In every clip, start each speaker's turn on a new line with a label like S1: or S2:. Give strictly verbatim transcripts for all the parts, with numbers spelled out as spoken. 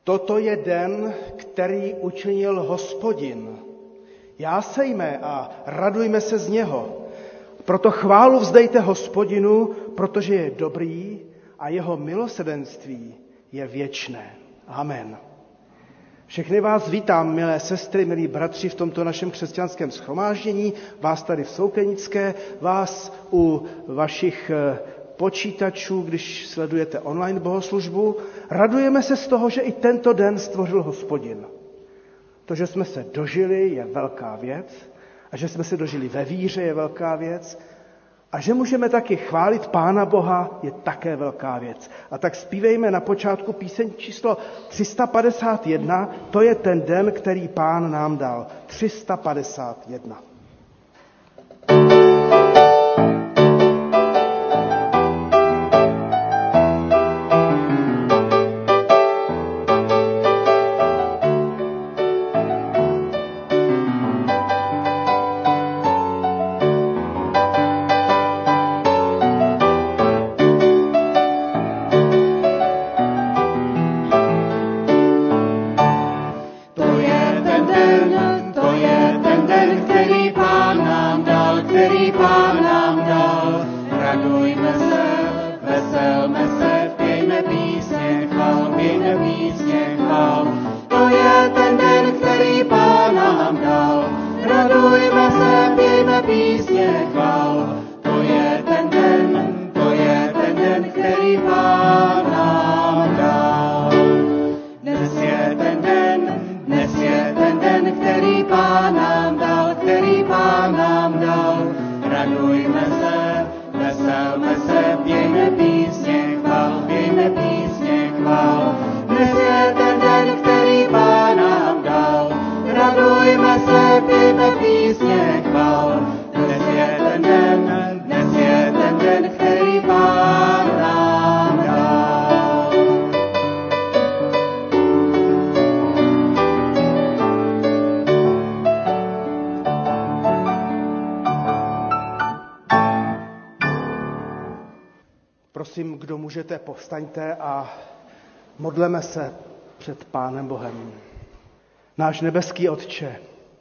S1: Toto je den, který učinil Hospodin. Jásejme a radujme se z něho. Proto chválu vzdejte Hospodinu, protože je dobrý a jeho milosrdenství je věčné. Amen. Všechny vás vítám, milé sestry, milí bratři, v tomto našem křesťanském shromáždění, vás tady v Soukenické, vás u vašich počítačů, když sledujete online bohoslužbu. Radujeme se z toho, že i tento den stvořil Hospodin. To, že jsme se dožili, je velká věc, a že jsme se dožili ve víře, je velká věc, a že můžeme taky chválit Pána Boha, je také velká věc. A tak zpívejme na počátku píseň číslo tři sta padesát jedna, to je ten den, který Pán nám dal. tři sta padesát jedna. Prosím, kdo můžete, povstaňte a modleme se před Pánem Bohem. Náš nebeský Otče,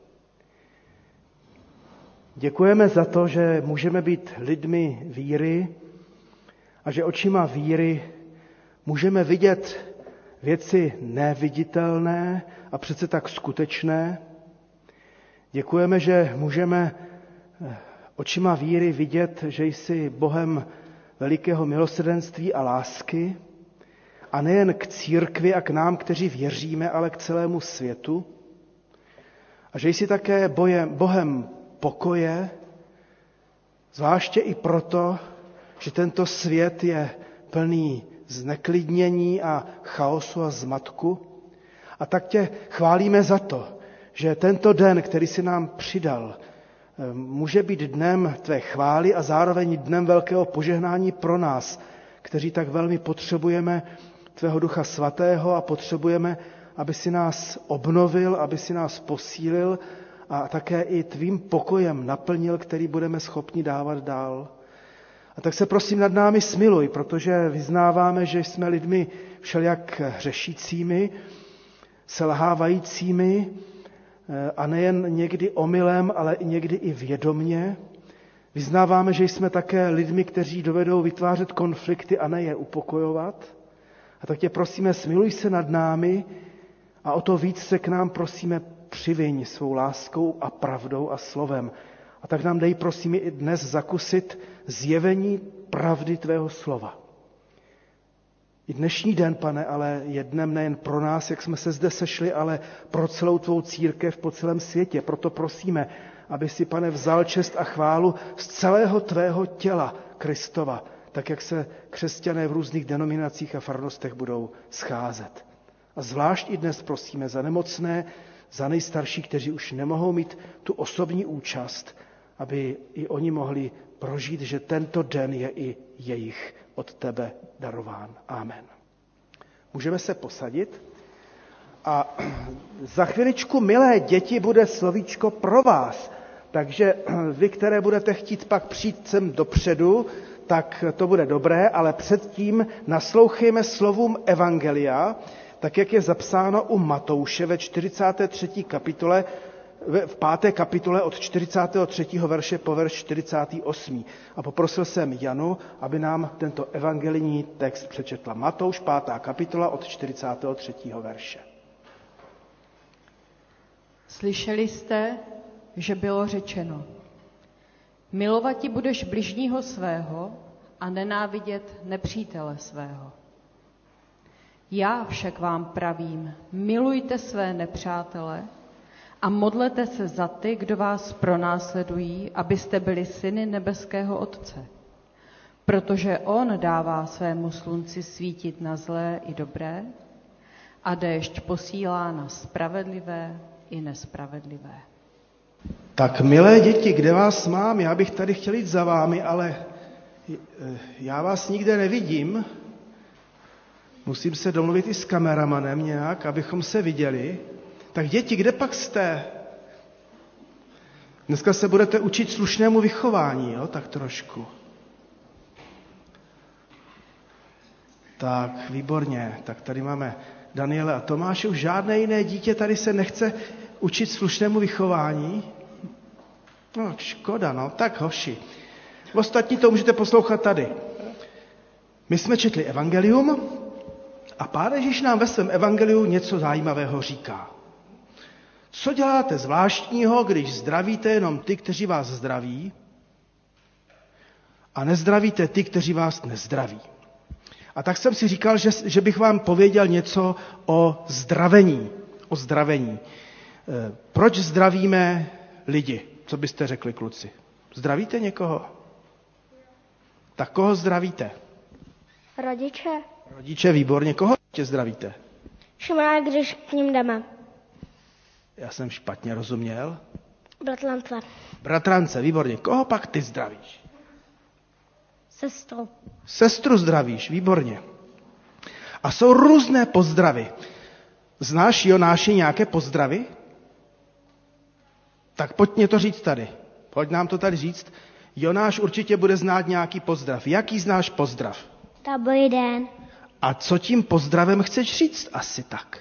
S1: děkujeme za to, že můžeme být lidmi víry a že očima víry můžeme vidět věci neviditelné a přece tak skutečné. Děkujeme, že můžeme očima víry vidět, že jsi Bohem velikého milosrdenství a lásky, a nejen k církvi a k nám, kteří věříme, ale k celému světu. A že jsi také bojem, Bohem pokoje, zvláště i proto, že tento svět je plný zneklidnění a chaosu a zmatku. A tak tě chválíme za to, že tento den, který jsi nám přidal, může být dnem tvé chvály a zároveň dnem velkého požehnání pro nás, kteří tak velmi potřebujeme tvého Ducha Svatého a potřebujeme, aby si nás obnovil, aby si nás posílil a také i tvým pokojem naplnil, který budeme schopni dávat dál. A tak se prosím nad námi smiluj, protože vyznáváme, že jsme lidmi všelijak hřešícími, selhávajícími, a nejen někdy omylem, ale někdy i vědomně. Vyznáváme, že jsme také lidmi, kteří dovedou vytvářet konflikty a ne je upokojovat. A tak tě prosíme, smiluj se nad námi a o to víc se k nám prosíme přiviň svou láskou a pravdou a slovem. A tak nám dej, prosíme, i dnes zakusit zjevení pravdy tvého slova. I dnešní den, Pane, ale je dnem nejen pro nás, jak jsme se zde sešli, ale pro celou tvou církev po celém světě. Proto prosíme, aby si, Pane, vzal čest a chválu z celého tvého těla Kristova, tak jak se křesťané v různých denominacích a farnostech budou scházet. A zvlášť i dnes prosíme za nemocné, za nejstarší, kteří už nemohou mít tu osobní účast, aby i oni mohli prožít, že tento den je i jejich od tebe darován. Amen. Můžeme se posadit a za chviličku, milé děti, bude slovíčko pro vás. Takže vy, které budete chtít pak přijít sem dopředu, tak to bude dobré, ale předtím naslouchejme slovům evangelia. tak jak je zapsáno u Matouše ve čtyřicáté třetí kapitole, v páté kapitole od čtyřicátého třetího verše po verš čtyřicátý osmý. A poprosil jsem Janu, aby nám tento evangelijní text přečetla. Matouš, pátá kapitola od čtyřicátého třetího verše.
S2: Slyšeli jste, že bylo řečeno: Milovati budeš bližního svého a nenávidět nepřítele svého. Já však vám pravím, milujte své nepřátele a modlete se za ty, kdo vás pronásledují, abyste byli syny nebeského Otce. Protože on dává svému slunci svítit na zlé i dobré a déšť posílá na spravedlivé i nespravedlivé.
S1: Tak milé děti, kde vás mám? Já bych tady chtěl jít za vámi, ale já vás nikde nevidím. Musím se domluvit i s kameramanem nějak, abychom se viděli. Tak děti, kde pak jste? Dneska se budete učit slušnému vychování, jo? Tak trošku. Tak, výborně. Tak tady máme Daniele a Tomáše. Už žádné jiné dítě tady se nechce učit slušnému vychování. No, škoda, no. Tak, hoši. Ostatní to můžete poslouchat tady. My jsme četli evangelium a Pán Ježíš nám ve svém evangeliu něco zajímavého říká. Co děláte zvláštního, když zdravíte jenom ty, kteří vás zdraví, a nezdravíte ty, kteří vás nezdraví? A tak jsem si říkal, že, že bych vám pověděl něco o zdravení. O zdravení. E, proč zdravíme lidi? Co byste řekli, kluci? Zdravíte někoho? Tak koho zdravíte?
S3: Rodiče.
S1: Rodiče, výborně. Koho tě zdravíte?
S3: Šumá, když k ním jdeme.
S1: Já jsem špatně rozuměl.
S3: Bratrance.
S1: Bratrance, výborně. Koho pak ty zdravíš?
S3: Sestru.
S1: Sestru zdravíš, výborně. A jsou různé pozdravy. Znáš, Jonáši, nějaké pozdravy? Tak pojď mě to říct tady. Pojď nám to tady říct. Jonáš určitě bude znát nějaký pozdrav. Jaký znáš pozdrav?
S3: Dobrý den.
S1: A co tím pozdravem chceš říct asi tak?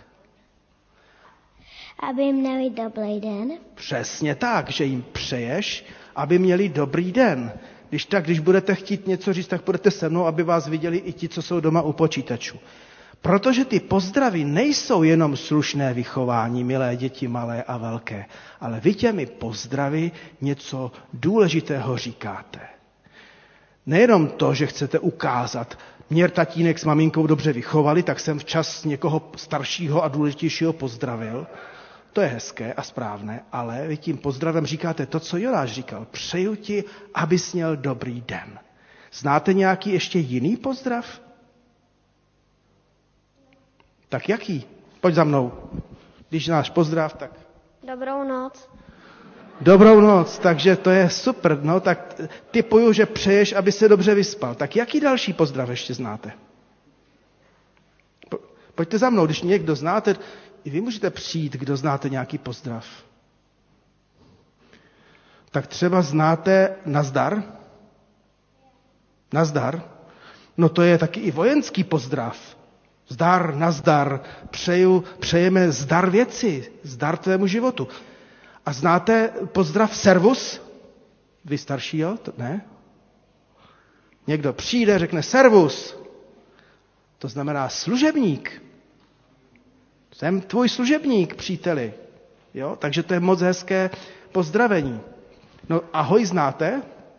S3: Aby měli dobrý den.
S1: Přesně tak, že jim přeješ, aby měli dobrý den. Když tak, když budete chtít něco říct, tak budete se mnou, aby vás viděli i ti, co jsou doma u počítačů. Protože ty pozdravy nejsou jenom slušné vychování, milé děti, malé a velké, ale vy těmi pozdravy něco důležitého říkáte. Nejenom to, že chcete ukázat, mě tatínek s maminkou dobře vychovali, tak jsem včas někoho staršího a důležitějšího pozdravil. To je hezké a správné, ale vy tím pozdravem říkáte to, co Jonáš říkal. Přeju ti, abys měl dobrý den. Znáte nějaký ještě jiný pozdrav? Tak jaký? Pojď za mnou. Když znáš pozdrav, tak...
S3: Dobrou noc.
S1: Dobrou noc, takže to je super. No, tak typuju, že přeješ, aby se dobře vyspal. Tak jaký další pozdrav ještě znáte? Pojďte za mnou, když někdo znáte, i vy můžete přijít, kdo znáte nějaký pozdrav. Tak třeba znáte nazdar? Nazdar? No to je taky i vojenský pozdrav. Zdar, nazdar, přeju, přejeme zdar věci, zdar tvému životu. A znáte pozdrav servus? Vy starší, jo? To ne? Někdo přijde, řekne servus. To znamená služebník. Jsem tvůj služebník, příteli. Jo? Takže to je moc hezké pozdravení. No ahoj znáte?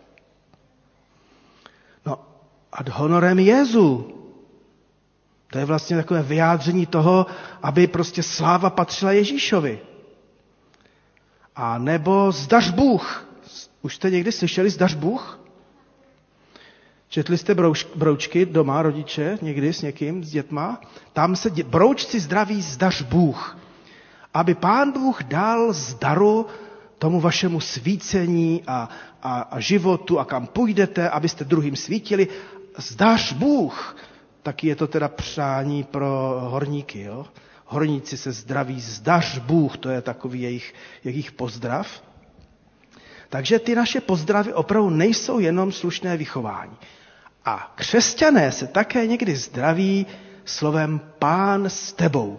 S1: No ad honorem Jezu. To je vlastně takové vyjádření toho, aby prostě sláva patřila Ježíšovi. A nebo zdař Bůh. Už jste někdy slyšeli zdař Bůh? Četli jste brouč, broučky doma, rodiče, někdy s někým, s dětma? Tam se dě, broučci zdraví zdař Bůh. Aby Pán Bůh dal zdaru tomu vašemu svícení a, a, a životu a kam půjdete, abyste druhým svítili. Zdař Bůh. Taky je to teda přání pro horníky, jo? Horníci se zdraví, zdař Bůh, to je takový jejich, jejich pozdrav. Takže ty naše pozdravy opravdu nejsou jenom slušné vychování. A křesťané se také někdy zdraví slovem Pán s tebou.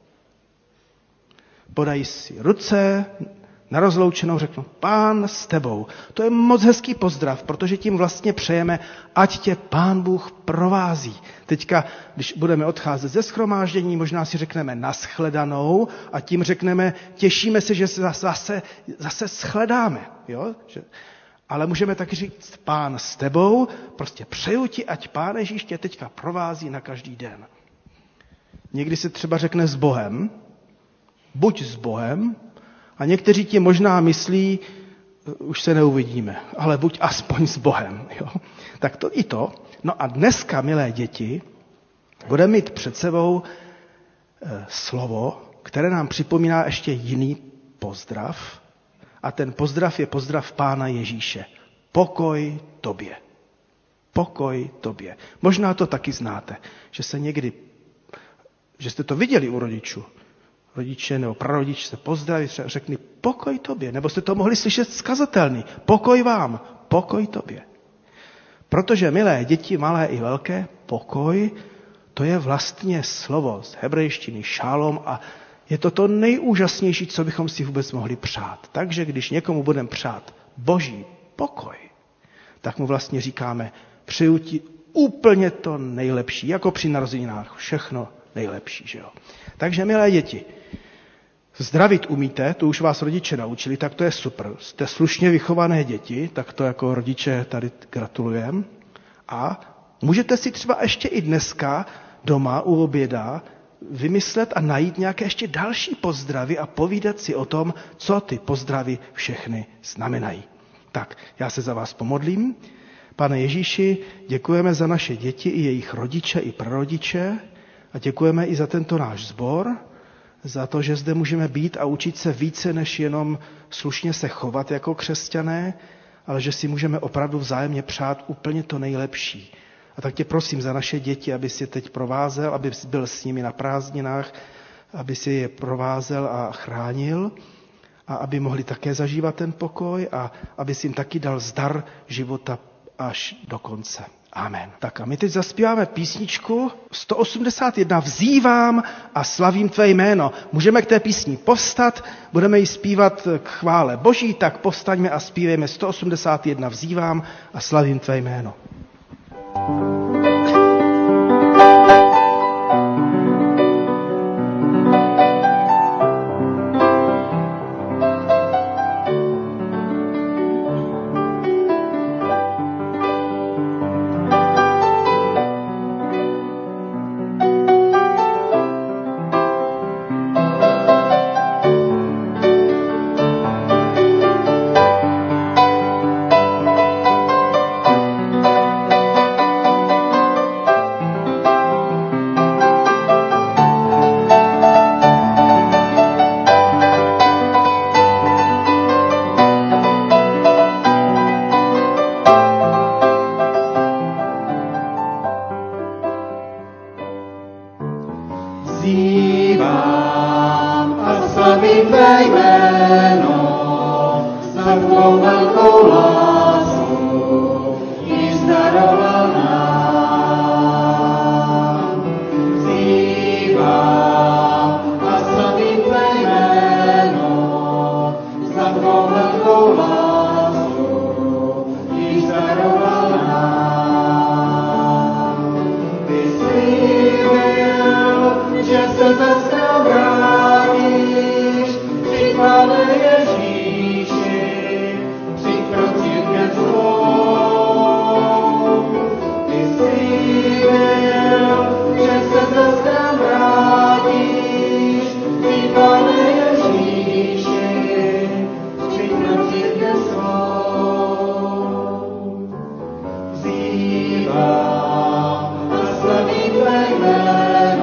S1: Podají si ruce, na rozloučenou řeknu Pán s tebou. To je moc hezký pozdrav, protože tím vlastně přejeme, ať tě Pán Bůh provází. Teďka, když budeme odcházet ze shromáždění, možná si řekneme nashledanou a tím řekneme, těšíme se, že se zase, zase shledáme. Jo? Že, ale můžeme taky říct Pán s tebou, prostě přeju ti, ať Pán Ježíš tě teďka provází na každý den. Někdy se třeba řekne s Bohem, buď s Bohem, a někteří ti možná myslí, už se neuvidíme, ale buď aspoň s Bohem. Jo? Tak to i to. No a dneska, milé děti, budeme mít před sebou e, slovo, které nám připomíná ještě jiný pozdrav. A ten pozdrav je pozdrav Pána Ježíše. Pokoj tobě. Pokoj tobě. Možná to taky znáte, že se někdy, že jste to viděli u rodičů. Rodiče nebo prarodič se pozdraví, řekli pokoj tobě. Nebo jste to mohli slyšet z kazatelny. Pokoj vám, pokoj tobě. Protože, milé děti, malé i velké, pokoj, to je vlastně slovo z hebrejštiny šálom a je to to nejúžasnější, co bychom si vůbec mohli přát. Takže když někomu budeme přát boží pokoj, tak mu vlastně říkáme, přeju ti úplně to nejlepší, jako při narozeninách, všechno nejlepší. Že jo? Takže, milé děti, zdravit umíte, to už vás rodiče naučili, tak to je super. Jste slušně vychované děti, tak to jako rodiče tady gratulujeme. A můžete si třeba ještě i dneska doma u oběda vymyslet a najít nějaké ještě další pozdravy a povídat si o tom, co ty pozdravy všechny znamenají. Tak, já se za vás pomodlím. Pane Ježíši, děkujeme za naše děti i jejich rodiče i prarodiče a děkujeme i za tento náš sbor, za to, že zde můžeme být a učit se více, než jenom slušně se chovat jako křesťané, ale že si můžeme opravdu vzájemně přát úplně to nejlepší. A tak tě prosím za naše děti, aby si je teď provázel, aby byl s nimi na prázdninách, aby si je provázel a chránil a aby mohli také zažívat ten pokoj a aby si jim taky dal zdar života až do konce. Amen. Tak a my teď zaspíváme písničku sto osmdesát jedna Vzývám a slavím tvé jméno. Můžeme k té písni povstat, budeme ji zpívat k chvále Boží, tak povstaňme a zpívejme sto osmdesát jedna Vzývám a slavím tvé jméno.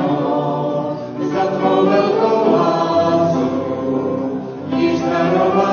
S4: Za tvou velkou lásku, již darovala.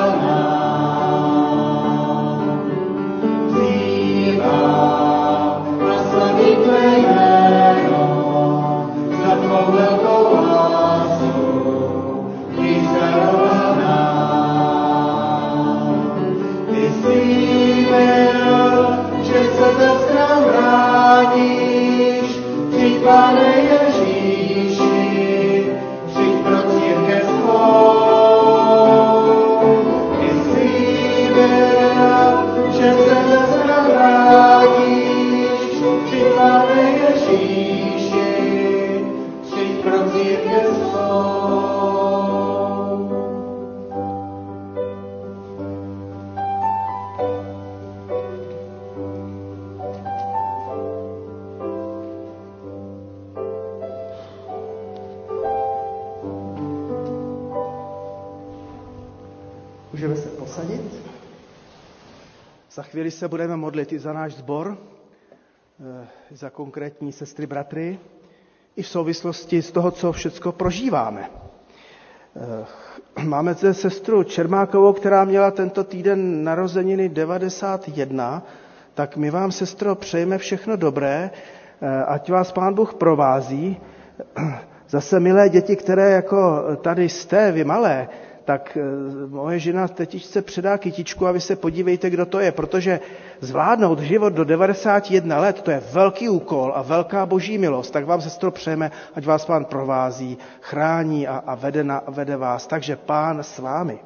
S1: Můžeme se posadit. Za chvíli se budeme modlit i za náš sbor, za konkrétní sestry, bratry, i v souvislosti z toho, co všecko prožíváme. Máme zde sestru Čermákovou, která měla tento týden narozeniny devadesát jedna, tak my vám, sestro, přejeme všechno dobré, ať vás Pán Bůh provází. Zase, milé děti, které jako tady jste, vy malé, tak moje žena tetičce předá kytičku a vy se podívejte, kdo to je, protože zvládnout život do devadesáti jednoho let, to je velký úkol a velká boží milost. Tak vám, sestro, přejeme, ať vás Pán provází, chrání a, a vede, na, vede vás. Takže Pán s vámi.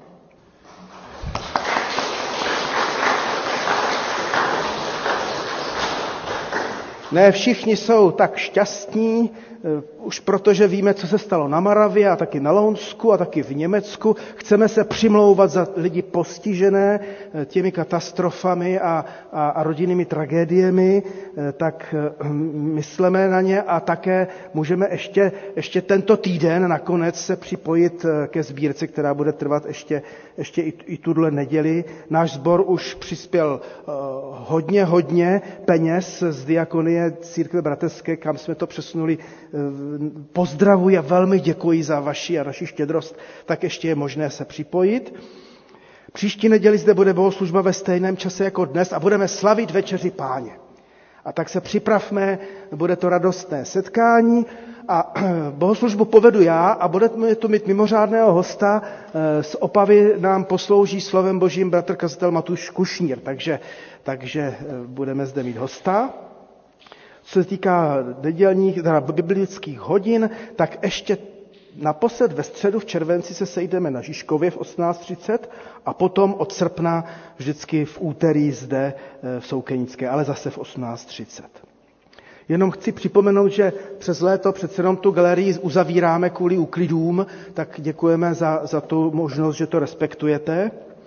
S1: Ne všichni jsou tak šťastní, už protože víme, co se stalo na Moravě a taky na Lounsku a taky v Německu. Chceme se přimlouvat za lidi postižené těmi katastrofami a, a, a rodinnými tragédiemi, tak myslíme na ně a také můžeme ještě, ještě tento týden nakonec se připojit ke sbírce, která bude trvat ještě, ještě i, i tuhle neděli. Náš sbor už přispěl hodně, hodně peněz z diakonie Církve bratrské, kam jsme to přesunuli. Pozdravuji a velmi děkuji za vaši a naši štědrost, tak ještě je možné se připojit. Příští neděli zde bude bohoslužba ve stejném čase jako dnes a budeme slavit večeři Páně. A tak se připravme, bude to radostné setkání a bohoslužbu povedu já a budeme tu mít mimořádného hosta. Z Opavy nám poslouží slovem božím bratr kazatel Matuš Kušnír, takže, takže budeme zde mít hosta. Co se týká nedělních, teda biblických hodin, tak ještě naposled ve středu v červenci se sejdeme na Žižkově v osmnáct třicet a potom od srpna vždycky v úterý zde v Soukenické, ale zase v osmnáct třicet. Jenom chci připomenout, že přes léto přece jenom tu galerii uzavíráme kvůli úklidům, tak děkujeme za, za tu možnost, že to respektujete.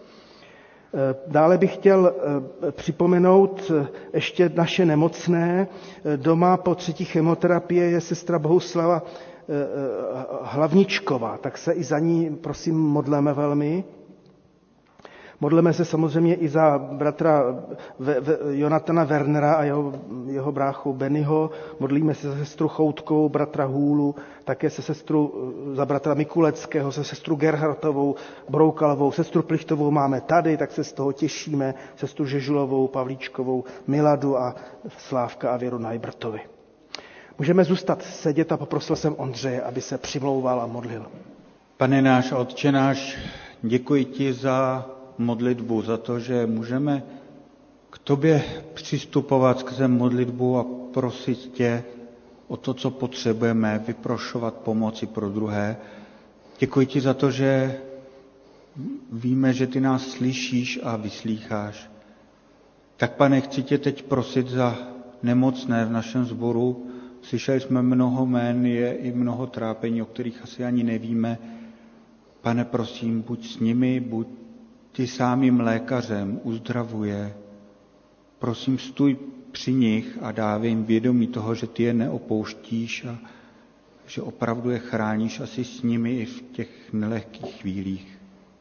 S1: Dále bych chtěl připomenout ještě naše nemocné. Doma po třetí chemoterapie je sestra Bohuslava Hlavničková, tak se i za ní, prosím, modleme velmi. Modleme se samozřejmě i za bratra Jonatana Wernera a jeho, jeho bráchu Bennyho. Modlíme se za sestru Choutkovou, bratra Hůlu, také se sestru, za bratra Mikuleckého, se sestru Gerhardtovou, Broukalovou, sestru Plichtovou máme tady, tak se z toho těšíme, sestru Žežulovou, Pavlíčkovou, Miladu a Slávka a Věru Najbrtovi. Můžeme zůstat sedět a poprosil jsem Ondřeje, aby se přimlouval a modlil.
S4: Pane náš, Otče náš, děkuji ti za modlitbu, za to, že můžeme k tobě přistupovat skrze modlitbu a prosit tě o to, co potřebujeme, vyprošovat pomoci pro druhé. Děkuji ti za to, že víme, že ty nás slyšíš a vyslýcháš. Tak, Pane, chci tě teď prosit za nemocné v našem sboru. Slyšeli jsme mnoho jmén, je i mnoho trápení, o kterých asi ani nevíme. Pane, prosím, buď s nimi, buď ty samým lékařem, uzdravuje. Prosím, stůj při nich a dávej jim vědomí toho, že ty je neopouštíš a že opravdu je chráníš asi s nimi i v těch nelehkých chvílích.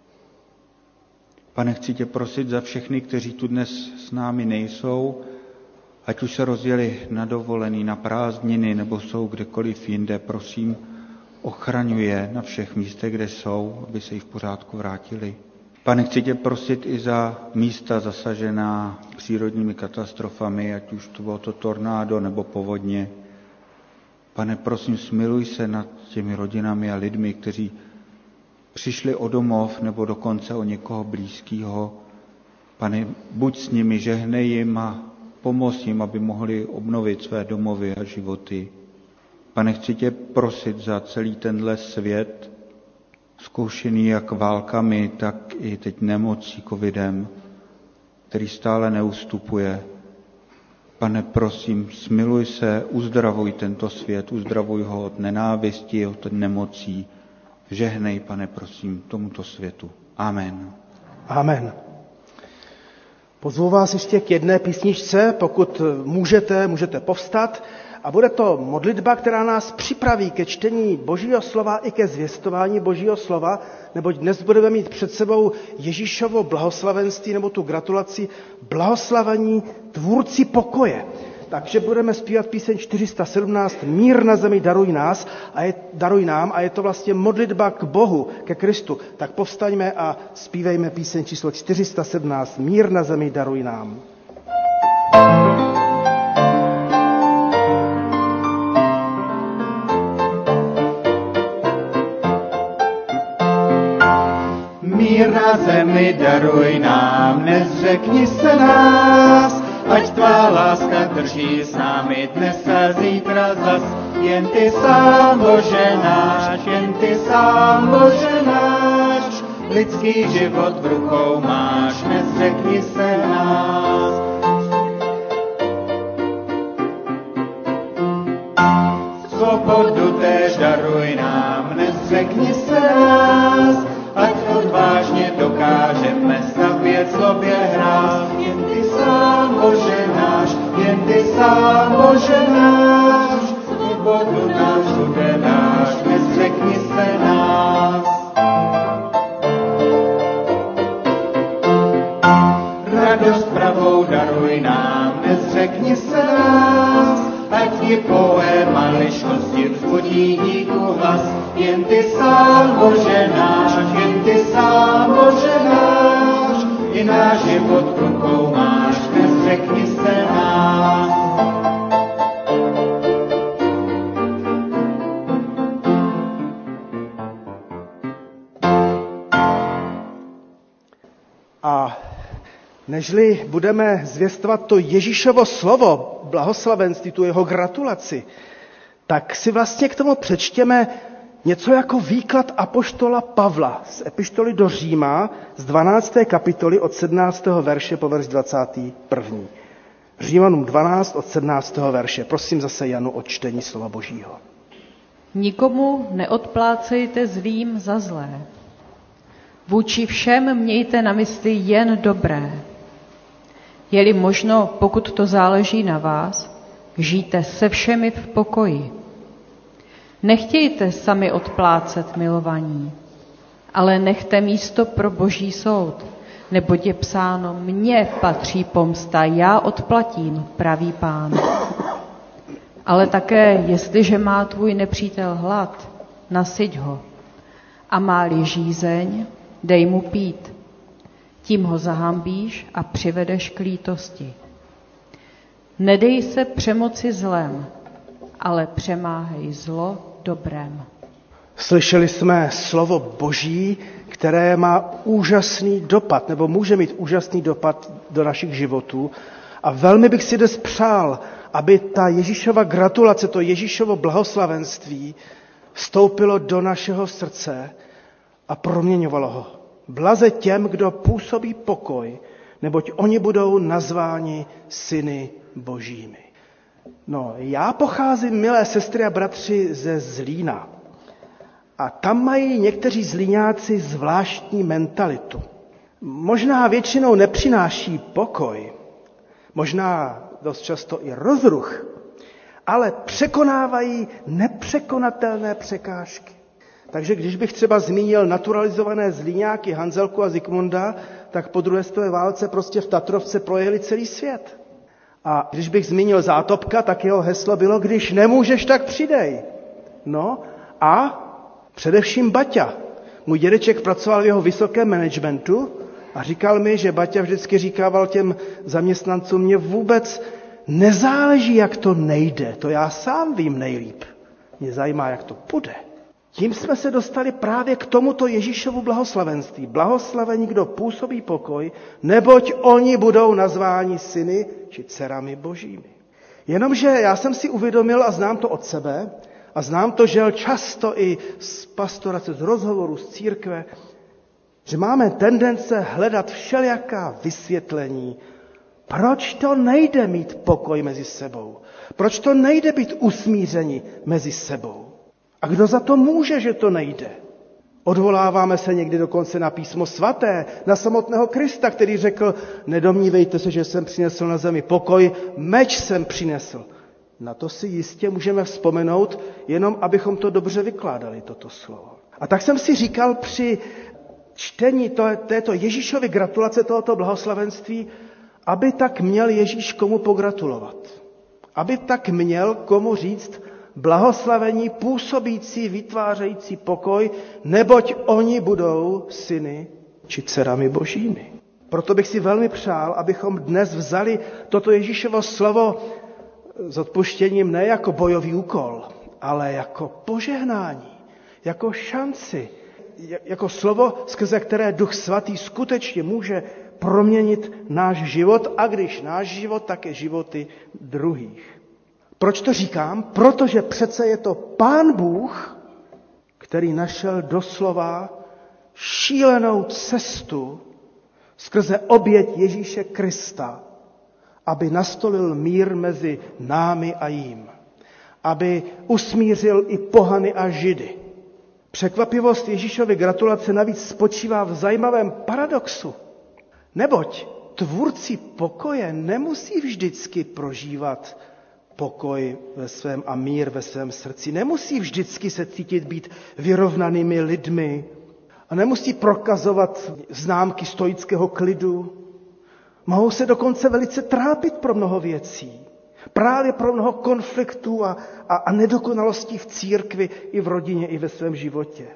S4: Pane, chci tě prosit za všechny, kteří tu dnes s námi nejsou, ať už se rozjeli na dovolený, na prázdniny, nebo jsou kdekoliv jinde, prosím, ochraňuje na všech místech, kde jsou, aby se jí v pořádku vrátili. Pane, chci tě prosit i za místa zasažená přírodními katastrofami, ať už to bylo to tornádo nebo povodně. Pane, prosím, smiluj se nad těmi rodinami a lidmi, kteří přišli o domov nebo dokonce o někoho blízkého. Pane, buď s nimi, žehnej jim a pomoz jim, aby mohli obnovit své domovy a životy. Pane, chci tě prosit za celý tenhle svět, zkoušený jak válkami, tak i teď nemocí, covidem, který stále neustupuje. Pane, prosím, smiluj se, uzdravuj tento svět, uzdravuj ho od nenávisti, od nemocí. Žehnej, Pane, prosím, tomuto světu. Amen.
S1: Amen. Pozvu vás ještě k jedné písničce, pokud můžete, můžete povstat. A bude to modlitba, která nás připraví ke čtení Božího slova i ke zvěstování Božího slova, neboť dnes budeme mít před sebou Ježíšovo blahoslavenství nebo tu gratulaci blahoslavení tvůrci pokoje. Takže budeme zpívat píseň čtyři sta sedmnáct Mír na zemi daruj nás a je, daruj nám a je to vlastně modlitba k Bohu, ke Kristu. Tak povstaňme a zpívejme píseň číslo čtyři sta sedmnáct Mír na zemi daruj nám.
S4: Mír na zemi daruj nám, nezřekni se nás, ať tvá láska drží s námi dnes a zítra zas. Jen ty sám, Bože náš, jen ty sám, Bože náš, lidský život v rukou máš, nezřekni se nás. Svobodu též daruj nám, nezřekni se nás, ať odvážně dokážeme stavět zlobě hráz. Jen ty sám, Bože náš, jen ty sám, Bože náš, svobodu nám všude dáš, nezřekni se nás. Radost pravou daruj nám, nezřekni se nás, ať ti poé maličkosti vzbudí díku hlas. Jen ty sám, Bože náš, jen ty sám, Bože náš, i náš život v rukou máš, nezřekni se nás.
S1: A nežli budeme zvěstovat to Ježíšovo slovo, blahoslavenství, tu jeho gratulaci, tak si vlastně k tomu přečtěme něco jako výklad apoštola Pavla z epištoly do Říma z dvanácté kapitoly od sedmnáctého verše po verš dvacátý první. Římanům dvanáct od sedmnáctého verše. Prosím zase Janu o čtení slova Božího.
S2: Nikomu neodplácejte zlým za zlé. Vůči všem mějte na mysli jen dobré. Je-li možno, pokud to záleží na vás, žijte se všemi v pokoji. Nechtějte sami odplácet milovaní, ale nechte místo pro Boží soud, neboť je psáno, mně patří pomsta, já odplatím, pravý Pán. Ale také, jestliže má tvůj nepřítel hlad, nasyť ho, a má-li žízeň, dej mu pít. Tím ho zahambíš a přivedeš k lítosti. Nedej se přemoci zlem, ale přemáhej zlo dobrem.
S1: Slyšeli jsme slovo Boží, které má úžasný dopad, nebo může mít úžasný dopad do našich životů. A velmi bych si dnes přál, aby ta Ježíšova gratulace, to Ježíšovo blahoslavenství vstoupilo do našeho srdce a proměňovalo ho. Blaze těm, kdo působí pokoj, neboť oni budou nazváni syny Božími. No, já pocházím, milé sestry a bratři, ze Zlína. A tam mají někteří zlíňáci zvláštní mentalitu. Možná většinou nepřináší pokoj, možná dost často i rozruch, ale překonávají nepřekonatelné překážky. Takže když bych třeba zmínil naturalizované Zlíňáky Hanzelku a Zikmunda, tak po druhé světové válce prostě v Tatrovce projeli celý svět. A když bych zmínil Zátopka, tak jeho heslo bylo, když nemůžeš, tak přidej. No a především Baťa. Můj dědeček pracoval v jeho vysokém managementu a říkal mi, že Baťa vždycky říkával těm zaměstnancům, mě vůbec nezáleží, jak to nejde, to já sám vím nejlíp. Mě zajímá, jak to půjde. Tím jsme se dostali právě k tomuto Ježíšovu blahoslavenství. Blahoslavení, kdo působí pokoj, neboť oni budou nazváni syny či dcerami Božími. Jenomže já jsem si uvědomil a znám to od sebe a znám to, že často i z pastorace, z rozhovoru, z církve, že máme tendence hledat všelijaká vysvětlení, Proč to nejde mít pokoj mezi sebou? Proč to nejde být usmíření mezi sebou? A kdo za to může, že to nejde? Odvoláváme se někdy dokonce na písmo svaté, na samotného Krista, který řekl, nedomnívejte se, že jsem přinesl na zemi pokoj, meč jsem přinesl. Na to si jistě můžeme vzpomenout, jenom abychom to dobře vykládali, toto slovo. A tak jsem si říkal při čtení to, této Ježíšovy gratulace, tohoto blahoslavenství, aby tak měl Ježíš komu pogratulovat. Aby tak měl komu říct blahoslavení působící, vytvářející pokoj, neboť oni budou syny či dcerami božími. Proto bych si velmi přál, abychom dnes vzali toto Ježíšovo slovo s odpuštěním ne jako bojový úkol, ale jako požehnání, jako šanci, jako slovo, skrze které Duch Svatý skutečně může proměnit náš život, a když náš život, tak je životy druhých. Proč to říkám? Protože přece je to Pán Bůh, který našel doslova šílenou cestu skrze oběť Ježíše Krista, aby nastolil mír mezi námi a jím. Aby usmířil i pohany a židy. Překvapivost Ježíšovy gratulace navíc spočívá v zajímavém paradoxu. Neboť tvůrci pokoje nemusí vždycky prožívat pokoj ve svém a mír ve svém srdci. Nemusí vždycky se cítit být vyrovnanými lidmi a nemusí prokazovat známky stoického klidu. Mohou se dokonce velice trápit pro mnoho věcí. Právě pro mnoho konfliktů a, a, a nedokonalostí v církvi, i v rodině, i ve svém životě.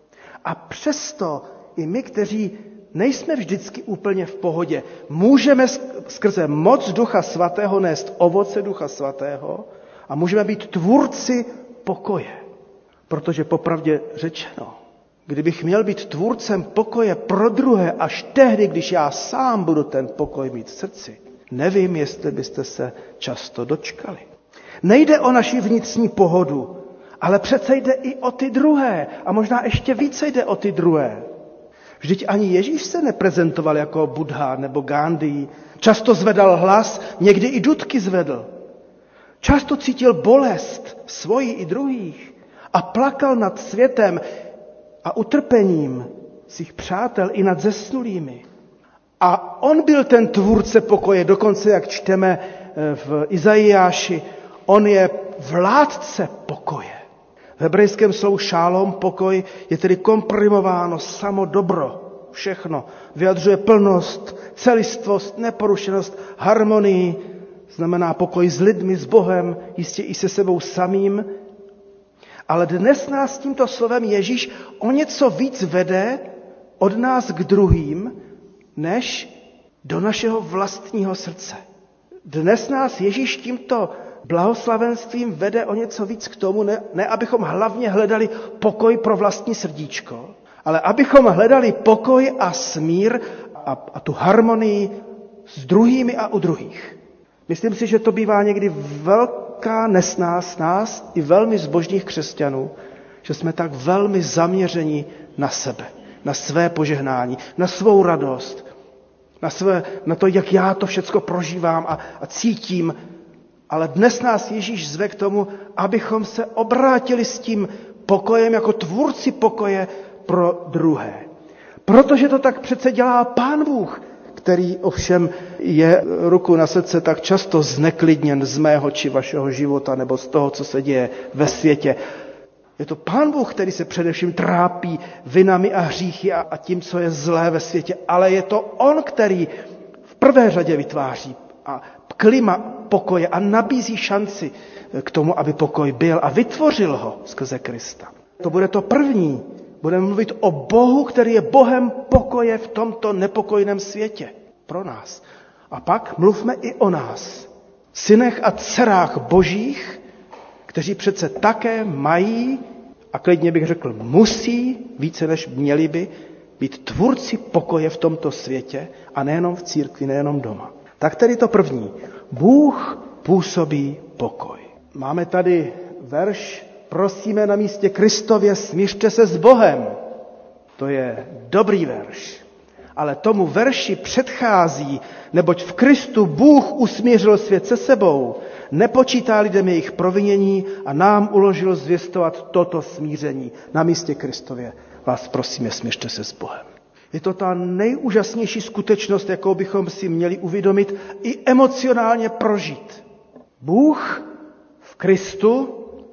S1: A přesto i my, kteří nejsme vždycky úplně v pohodě, můžeme skrze moc Ducha Svatého nést ovoce Ducha Svatého a můžeme být tvůrci pokoje. Protože popravdě řečeno, kdybych měl být tvůrcem pokoje pro druhé až tehdy, když já sám budu ten pokoj mít v srdci, nevím, jestli byste se často dočkali. Nejde o naši vnitřní pohodu, ale přece jde i o ty druhé. A možná ještě více jde o ty druhé. Vždyť ani Ježíš se neprezentoval jako Buddha nebo Gandhi. Často zvedal hlas, někdy i dudky zvedl. Často cítil bolest svojí i druhých a plakal nad světem a utrpením svých přátel i nad zesnulými. A on byl ten tvůrce pokoje, dokonce jak čteme v Izajáši, on je vládce pokoje. V hebrejském slovu šálom, pokoj, je tedy komprimováno samo dobro, všechno. Vyjadřuje plnost, celistvost, neporušenost, harmonii, znamená pokoj s lidmi, s Bohem, jistě i se sebou samým. Ale dnes nás tímto slovem Ježíš o něco víc vede od nás k druhým, než do našeho vlastního srdce. Dnes nás Ježíš tímto blahoslavenstvím vede o něco víc k tomu, ne, ne abychom hlavně hledali pokoj pro vlastní srdíčko, ale abychom hledali pokoj a smír a, a tu harmonii s druhými a u druhých. Myslím si, že to bývá někdy velká nesnást nás i velmi zbožných křesťanů, že jsme tak velmi zaměření na sebe, na své požehnání, na svou radost, na, své, na to, jak já to všecko prožívám a, a cítím. Ale dnes nás Ježíš zve k tomu, abychom se obrátili s tím pokojem jako tvůrci pokoje pro druhé. Protože to tak přece dělá Pán Bůh, který ovšem je ruku na srdce tak často zneklidněn z mého či vašeho života nebo z toho, co se děje ve světě. Je to Pán Bůh, který se především trápí vinami a hříchy a, a tím, co je zlé ve světě, ale je to on, který v prvé řadě vytváří a klima pokoje a nabízí šanci k tomu, aby pokoj byl a vytvořil ho skrze Krista. To bude to první. Budeme mluvit o Bohu, který je Bohem pokoje v tomto nepokojném světě pro nás. A pak mluvme i o nás, synech a dcerách božích, kteří přece také mají, a klidně bych řekl musí, více než měli by, být tvůrci pokoje v tomto světě a nejenom v církvi, nejenom doma. Tak tedy to první. Bůh působí pokoj. Máme tady verš, prosíme na místě Kristově, smířte se s Bohem. To je dobrý verš. Ale tomu verši předchází, neboť v Kristu Bůh usmířil svět se sebou, nepočítá lidem jejich provinění a nám uložil zvěstovat toto smíření na místě Kristově. Vás prosíme, směřte se s Bohem. Je to ta nejúžasnější skutečnost, jakou bychom si měli uvědomit i emocionálně prožít. Bůh v Kristu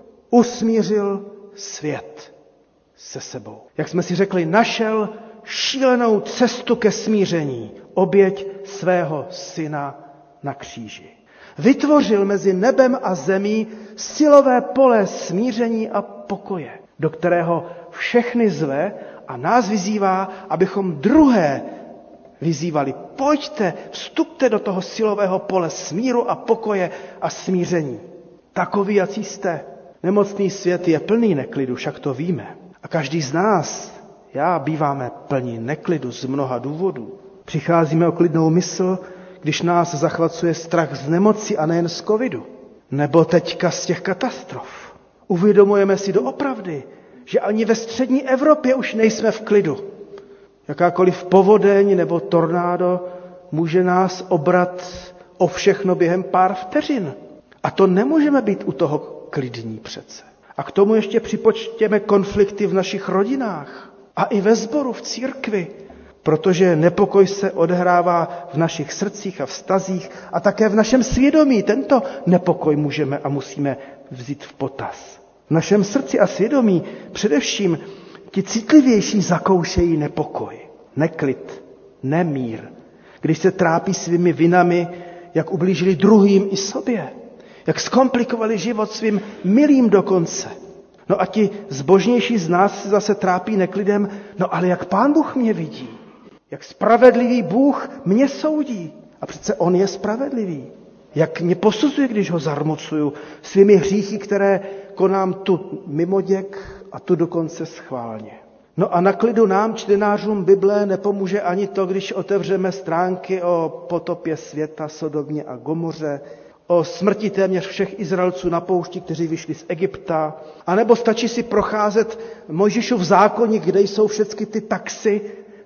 S1: usmířil svět se sebou. Jak jsme si řekli, našel šílenou cestu ke smíření, oběť svého syna na kříži. Vytvořil mezi nebem a zemí silové pole smíření a pokoje, do kterého všechny zve a nás vyzývá, abychom druhé vyzývali. Pojďte, vstupte do toho silového pole smíru a pokoje a smíření. Takoví, jací jste. Nemocný svět je plný neklidu, však to víme. A každý z nás, já, býváme plní neklidu z mnoha důvodů. Přicházíme o klidnou mysl, když nás zachvacuje strach z nemoci a nejen z covidu. Nebo teďka z těch katastrof. Uvědomujeme si doopravdy, že ani ve střední Evropě už nejsme v klidu. Jakákoliv povodeň nebo tornádo může nás obrat o všechno během pár vteřin. A to nemůžeme být u toho klidní přece. A k tomu ještě připočtěme konflikty v našich rodinách a i ve sboru, v církvi, protože nepokoj se odehrává v našich srdcích a vztazích a také v našem svědomí. Tento nepokoj můžeme a musíme vzít v potaz. V našem srdci a svědomí především ti citlivější zakoušejí nepokoj, neklid, nemír, když se trápí svými vinami, jak ublížili druhým i sobě, jak zkomplikovali život svým milým dokonce. No a ti zbožnější z nás se zase trápí neklidem, no ale jak Pán Bůh mě vidí, jak spravedlivý Bůh mě soudí. A přece on je spravedlivý. Jak mě posuzuje, když ho zarmucuju svými hříchy, které konám tu mimoděk a tu dokonce schválně. No a na klidu nám, čtenářům Bible, nepomůže ani to, když otevřeme stránky o potopě světa, Sodomě a Gomoře, o smrti téměř všech Izraelců na poušti, kteří vyšli z Egypta, anebo stačí si procházet Mojžíšův zákoník, kde jsou všechny ty taxy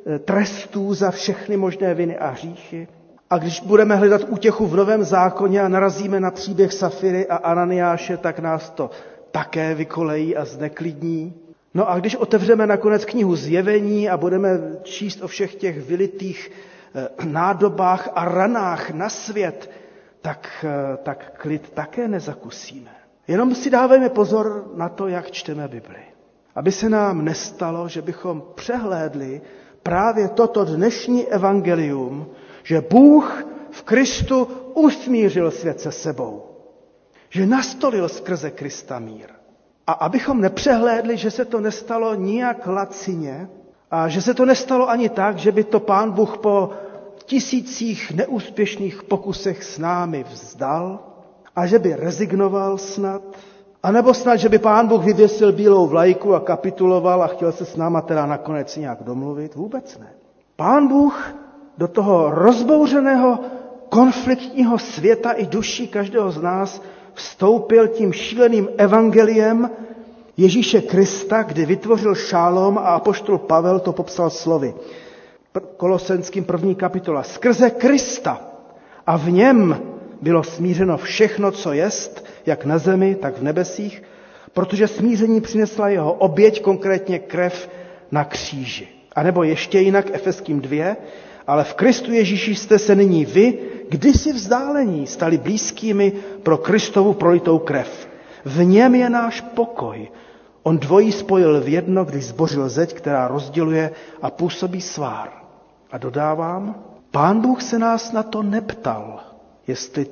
S1: trestů za všechny možné viny a hříchy. A když budeme hledat útěchu v Novém zákoně a narazíme na příběh Safiry a Ananiáše, tak nás to také vykolejí a zneklidní. No a když otevřeme nakonec knihu Zjevení a budeme číst o všech těch vylitých nádobách a ranách na svět, tak, tak klid také nezakusíme. Jenom si dávejme pozor na to, jak čteme Bibli. Aby se nám nestalo, že bychom přehlédli právě toto dnešní evangelium, že Bůh v Kristu usmířil svět se sebou. Že nastolil skrze Krista mír. A abychom nepřehlédli, že se to nestalo nijak lacině a že se to nestalo ani tak, že by to Pán Bůh po tisících neúspěšných pokusech s námi vzdal a že by rezignoval snad, anebo snad, že by Pán Bůh vyvěsil bílou vlajku a kapituloval a chtěl se s náma teda nakonec nějak domluvit. Vůbec ne. Pán Bůh do toho rozbouřeného konfliktního světa i duší každého z nás vstoupil tím šíleným evangeliem Ježíše Krista, kdy vytvořil šálom a apoštol Pavel to popsal slovy. Kolosenským první kapitola. Skrze Krista a v něm bylo smířeno všechno, co jest, jak na zemi, tak v nebesích, protože smíření přinesla jeho oběť, konkrétně krev na kříži. A nebo ještě jinak Efeským dvě, ale v Kristu Ježíši jste se nyní vy, kdysi vzdálení, stali blízkými pro Kristovu prolitou krev. V něm je náš pokoj. On dvojí spojil v jedno, když zbořil zeď, která rozděluje a působí svár. A dodávám, Pán Bůh se nás na to neptal, jestli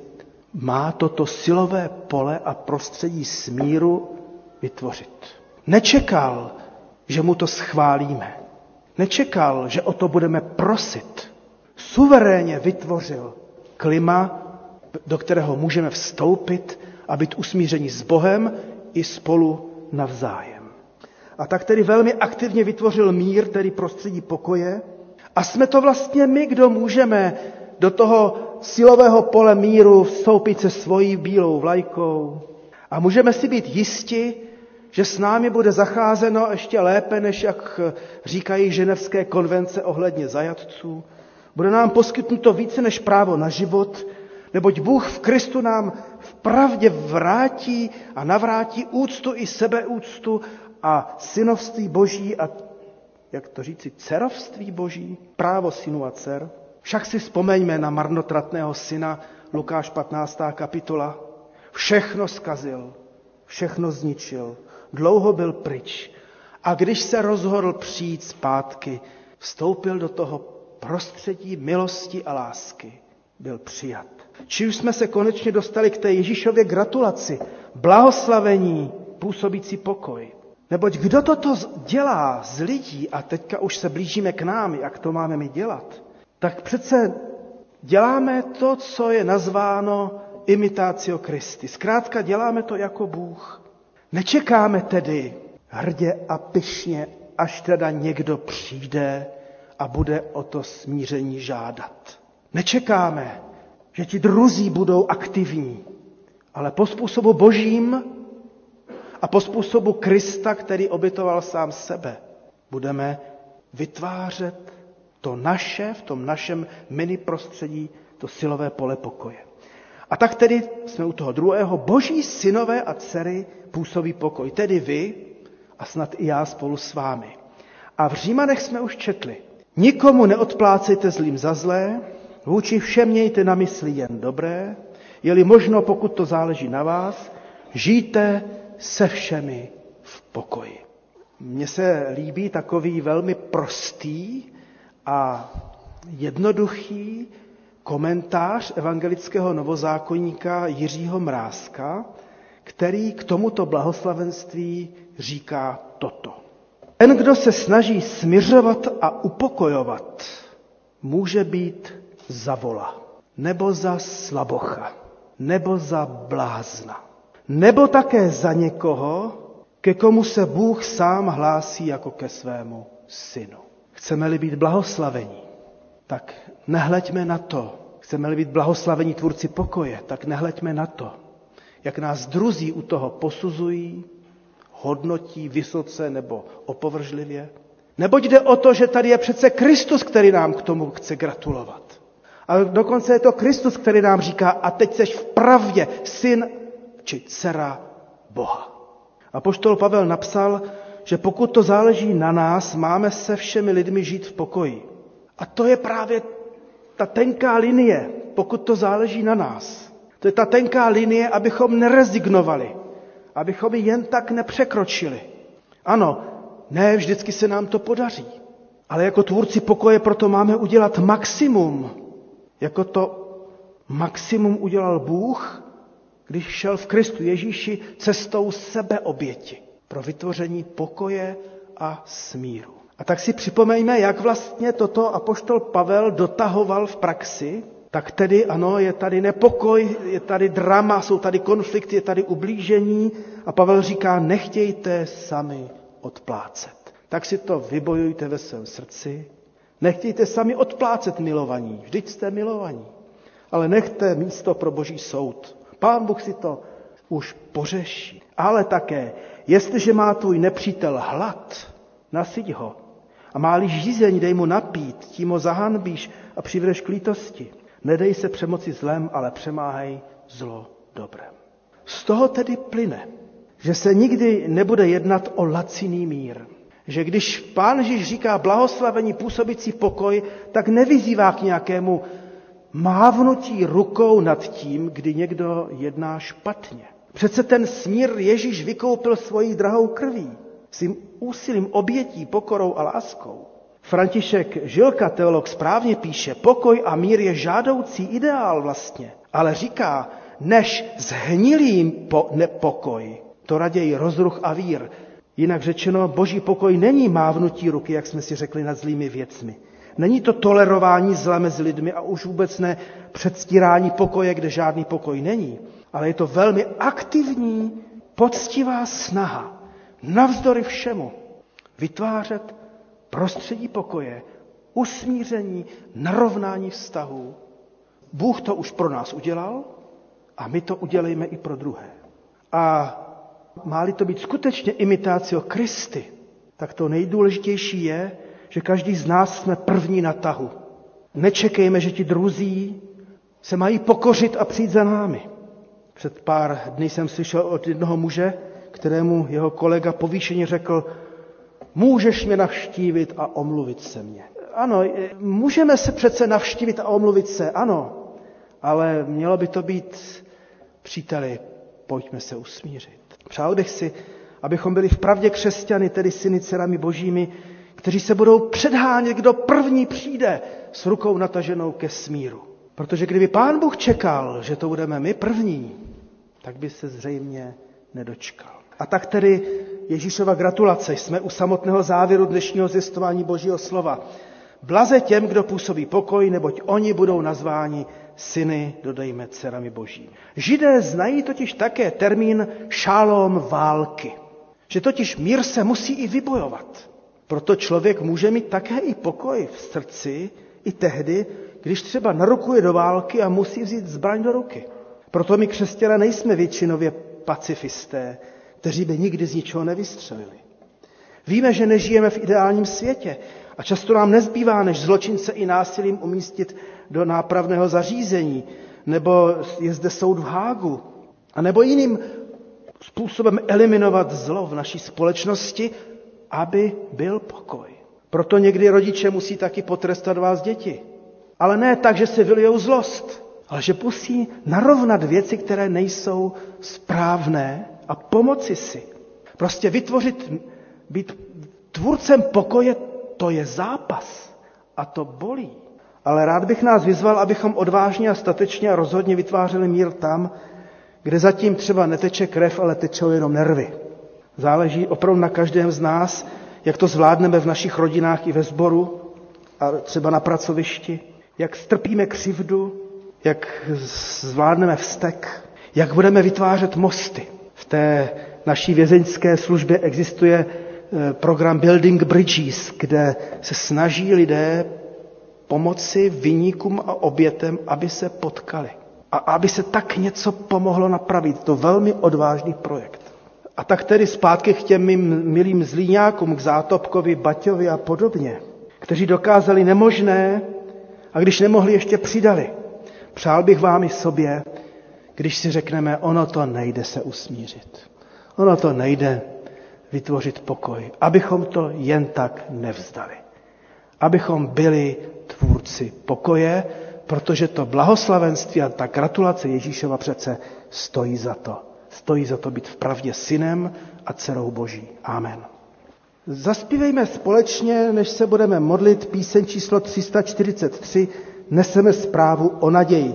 S1: má toto silové pole a prostředí smíru vytvořit. Nečekal, že mu to schválíme. Nečekal, že o to budeme prosit. Suverénně vytvořil klima, do kterého můžeme vstoupit a být usmířeni s Bohem i spolu navzájem. A tak tedy velmi aktivně vytvořil mír, tedy prostředí pokoje. A jsme to vlastně my, kdo můžeme do toho silového pole míru vstoupit se svojí bílou vlajkou. A můžeme si být jisti, že s námi bude zacházeno ještě lépe, než jak říkají ženevské konvence ohledně zajatců. Bude nám poskytnuto více než právo na život, neboť Bůh v Kristu nám v pravdě vrátí a navrátí úctu i sebeúctu a synovství Boží a, jak to říci, dcerovství Boží, právo synů a dcer. Však si vzpomeňme na marnotratného syna, Lukáš patnáctá kapitola. Všechno zkazil, všechno zničil, dlouho byl pryč. A když se rozhodl přijít zpátky, vstoupil do toho prostředí milosti a lásky. Byl přijat. Či už jsme se konečně dostali k té Ježíšově gratulaci, blahoslavení, působící pokoj. Neboť kdo toto dělá z lidí, a teďka už se blížíme k nám, jak to máme my dělat, tak přece děláme to, co je nazváno imitatio Christi. Zkrátka děláme to jako Bůh. Nečekáme tedy hrdě a pyšně, až teda někdo přijde a bude o to smíření žádat. Nečekáme, že ti druzí budou aktivní, ale po způsobu Božím a po způsobu Krista, který obětoval sám sebe, budeme vytvářet to naše, v tom našem mini prostředí, to silové pole pokoje. A tak tedy jsme u toho druhého. Boží synové a dcery působí pokoj. Tedy vy a snad i já spolu s vámi. A v Římanech jsme už četli. Nikomu neodplácejte zlým za zlé, vůči všem mějte na mysli jen dobré, je-li možno, pokud to záleží na vás, žijte se všemi v pokoji. Mně se líbí takový velmi prostý a jednoduchý komentář evangelického novozákonníka Jiřího Mrázka, který k tomuto blahoslavenství říká toto. Ten, kdo se snaží smiřovat a upokojovat, může být za vola, nebo za slabocha, nebo za blázna, nebo také za někoho, ke komu se Bůh sám hlásí jako ke svému synu. Chceme-li být blahoslavení, tak nehleďme na to. Chceme-li být blahoslavení tvůrci pokoje, tak nehleďme na to, jak nás druzí u toho posuzují, hodnotí vysoce nebo opovržlivě. Neboť jde o to, že tady je přece Kristus, který nám k tomu chce gratulovat. A dokonce je to Kristus, který nám říká, a teď seš v pravdě syn či dcera Boha. Apoštol Pavel napsal, že pokud to záleží na nás, máme se všemi lidmi žít v pokoji. A to je právě ta tenká linie, pokud to záleží na nás. To je ta tenká linie, abychom nerezignovali, abychom ji jen tak nepřekročili. Ano, ne vždycky se nám to podaří, ale jako tvůrci pokoje proto máme udělat maximum, jako to maximum udělal Bůh, když šel v Kristu Ježíši cestou sebeoběti pro vytvoření pokoje a smíru. A tak si připomeňme, jak vlastně toto apoštol Pavel dotahoval v praxi. Tak tedy ano, je tady nepokoj, je tady drama, jsou tady konflikty, je tady ublížení. A Pavel říká, nechtějte sami odplácet. Tak si to vybojujte ve svém srdci. Nechtějte sami odplácet milovaní, vždyť jste milovaní. Ale nechte místo pro Boží soud. Pán Bůh si to už pořeší. Ale také, jestliže má tvůj nepřítel hlad, nasyť ho. A má-li žízeň, dej mu napít, tím ho zahanbíš a přivedeš k lítosti. Nedej se přemoci zlem, ale přemáhej zlo dobrem. Z toho tedy plyne, že se nikdy nebude jednat o laciný mír. Že když Pán Ježíš říká blahoslavení působící pokoj, tak nevyzývá k nějakému mávnutí rukou nad tím, kdy někdo jedná špatně. Přece ten smír Ježíš vykoupil svojí drahou krví, svým úsilím, obětí, pokorou a láskou. František Žilka, teolog, správně píše, pokoj a mír je žádoucí ideál vlastně, ale říká, než zhnilým po, nepokoj, to raději rozruch a vír. Jinak řečeno, Boží pokoj není mávnutí ruky, jak jsme si řekli, nad zlými věcmi. Není to tolerování zla mezi lidmi a už vůbec ne předstírání pokoje, kde žádný pokoj není. Ale je to velmi aktivní, poctivá snaha navzdory všemu vytvářet prostředí pokoje, usmíření, narovnání vztahů. Bůh to už pro nás udělal a my to udělejme i pro druhé. A Má-li to být skutečně imitácio Kristy, tak to nejdůležitější je, že každý z nás jsme první na tahu. Nečekejme, že ti druzí se mají pokořit a přijít za námi. Před pár dny jsem slyšel od jednoho muže, kterému jeho kolega povýšeně řekl: můžeš mě navštívit a omluvit se mě. Ano, můžeme se přece navštívit a omluvit se, ano, ale mělo by to být: příteli, pojďme se usmířit. Přál bych si, abychom byli vpravdě křesťany, tedy syny, dcerami božími, kteří se budou předhánět, kdo první přijde s rukou nataženou ke smíru. Protože kdyby Pán Bůh čekal, že to budeme my první, tak by se zřejmě nedočkal. A tak tedy Ježíšova gratulace. Jsme u samotného závěru dnešního zvěstování Božího slova. Blaze těm, kdo působí pokoj, neboť oni budou nazváni syny, dodejme, dcerami boží. Židé znají totiž také termín šálom války. Že totiž mír se musí i vybojovat. Proto člověk může mít také i pokoj v srdci, i tehdy, když třeba narukuje do války a musí vzít zbraň do ruky. Proto my křesťané nejsme většinově pacifisté, kteří by nikdy z ničeho nevystřelili. Víme, že nežijeme v ideálním světě a často nám nezbývá, než zločince i násilím umístit do nápravného zařízení, nebo je zde soud v Hágu, a nebo jiným způsobem eliminovat zlo v naší společnosti, aby byl pokoj. Proto někdy rodiče musí taky potrestat vás děti. Ale ne tak, že si vylijou zlost, ale že musí narovnat věci, které nejsou správné, a pomoci si. Prostě vytvořit, být tvůrcem pokoje, to je zápas a to bolí. Ale rád bych nás vyzval, abychom odvážně a statečně a rozhodně vytvářeli mír tam, kde zatím třeba neteče krev, ale tečou jenom nervy. Záleží opravdu na každém z nás, jak to zvládneme v našich rodinách i ve sboru a třeba na pracovišti, jak strpíme křivdu, jak zvládneme vztek, jak budeme vytvářet mosty. V té naší vězeňské službě existuje program Building Bridges, kde se snaží lidé pomoci viníkům a obětem, aby se potkali. A aby se tak něco pomohlo napravit. To velmi odvážný projekt. A tak tedy zpátky k těm mým milým zlíňákům, k Zátopkovi, Baťovi a podobně, kteří dokázali nemožné a když nemohli, ještě přidali. Přál bych vám i sobě, když si řekneme, ono to nejde se usmířit. Ono to nejde vytvořit pokoj. Abychom to jen tak nevzdali. Abychom byli tvůrci pokoje, protože to blahoslavenství a ta gratulace Ježíšova přece stojí za to. Stojí za to být vpravdě synem a dcerou Boží. Amen. Zaspívejme společně, než se budeme modlit, píseň číslo tři sta čtyřicet tři, Neseme zprávu o naději.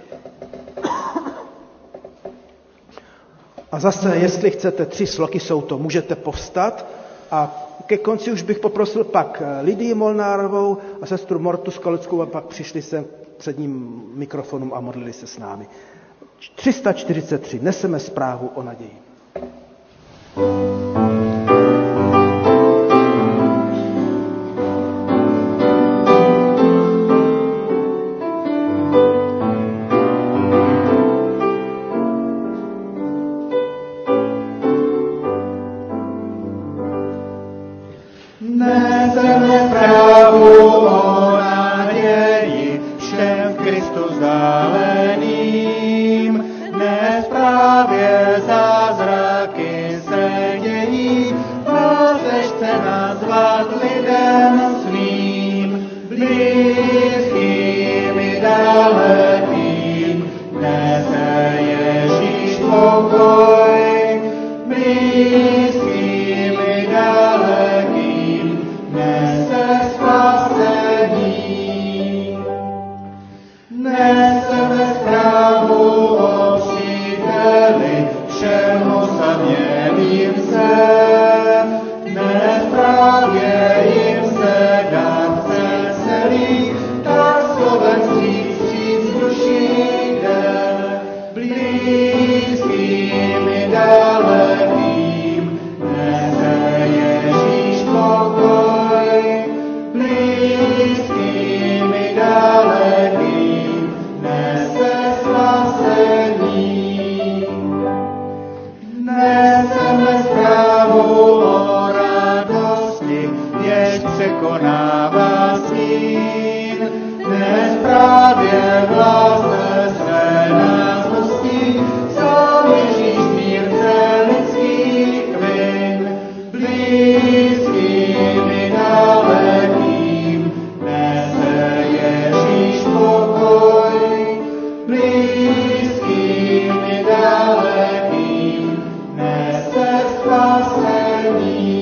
S1: A zase, jestli chcete, tři sloky jsou to, můžete povstat a ke konci už bych poprosil pak Lidii Molnárovou a sestru Mortu Skoleckou, a pak přišli sem předním mikrofonům a modlili se s námi. tři sta čtyřicet tři. Neseme zprávu o naději.
S4: Neseme zprávu o naději všem v Kristu vzdáleným, dnes právě zázraky se dějí, vás chce nazvat lidem svým, blízkým i dalekým, nese Ježíš pokoj, blízkým i dalekým, nese vykonává svín, dnes právě v lásce své nás hostí, sám Ježíš mírce lidských vin, blízkým i dalekým, nese Ježíš pokoj, blízkým i dalekým, nese spasení.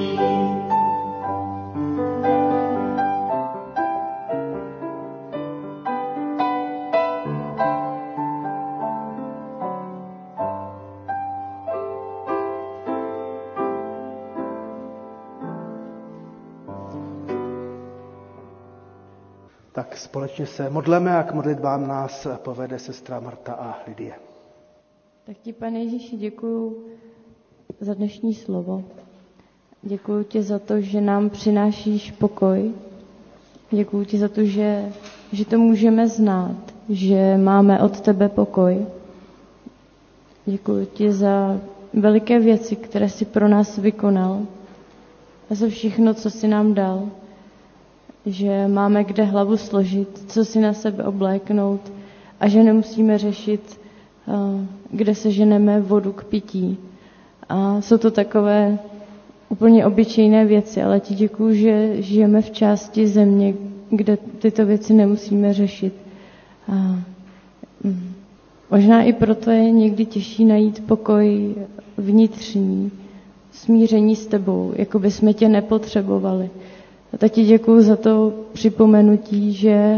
S1: Tak společně se modleme a k modlitbám nás povede sestra Marta a Lidie.
S5: Tak ti, Pane Ježíši, děkuju za dnešní slovo. Děkuju ti za to, že nám přinášíš pokoj. Děkuju ti za to, že, že to můžeme znát, že máme od tebe pokoj. Děkuju ti za veliké věci, které jsi pro nás vykonal a za všechno, co jsi nám dal. Že máme kde hlavu složit, co si na sebe obléknout a že nemusíme řešit, kde se ženeme vodu k pití. A jsou to takové úplně obyčejné věci, ale ti děkuju, že žijeme v části země, kde tyto věci nemusíme řešit. A možná i proto je někdy těžší najít pokoj vnitřní, smíření s tebou, jako by jsme tě nepotřebovali. A tak ti děkuju za to připomenutí, že,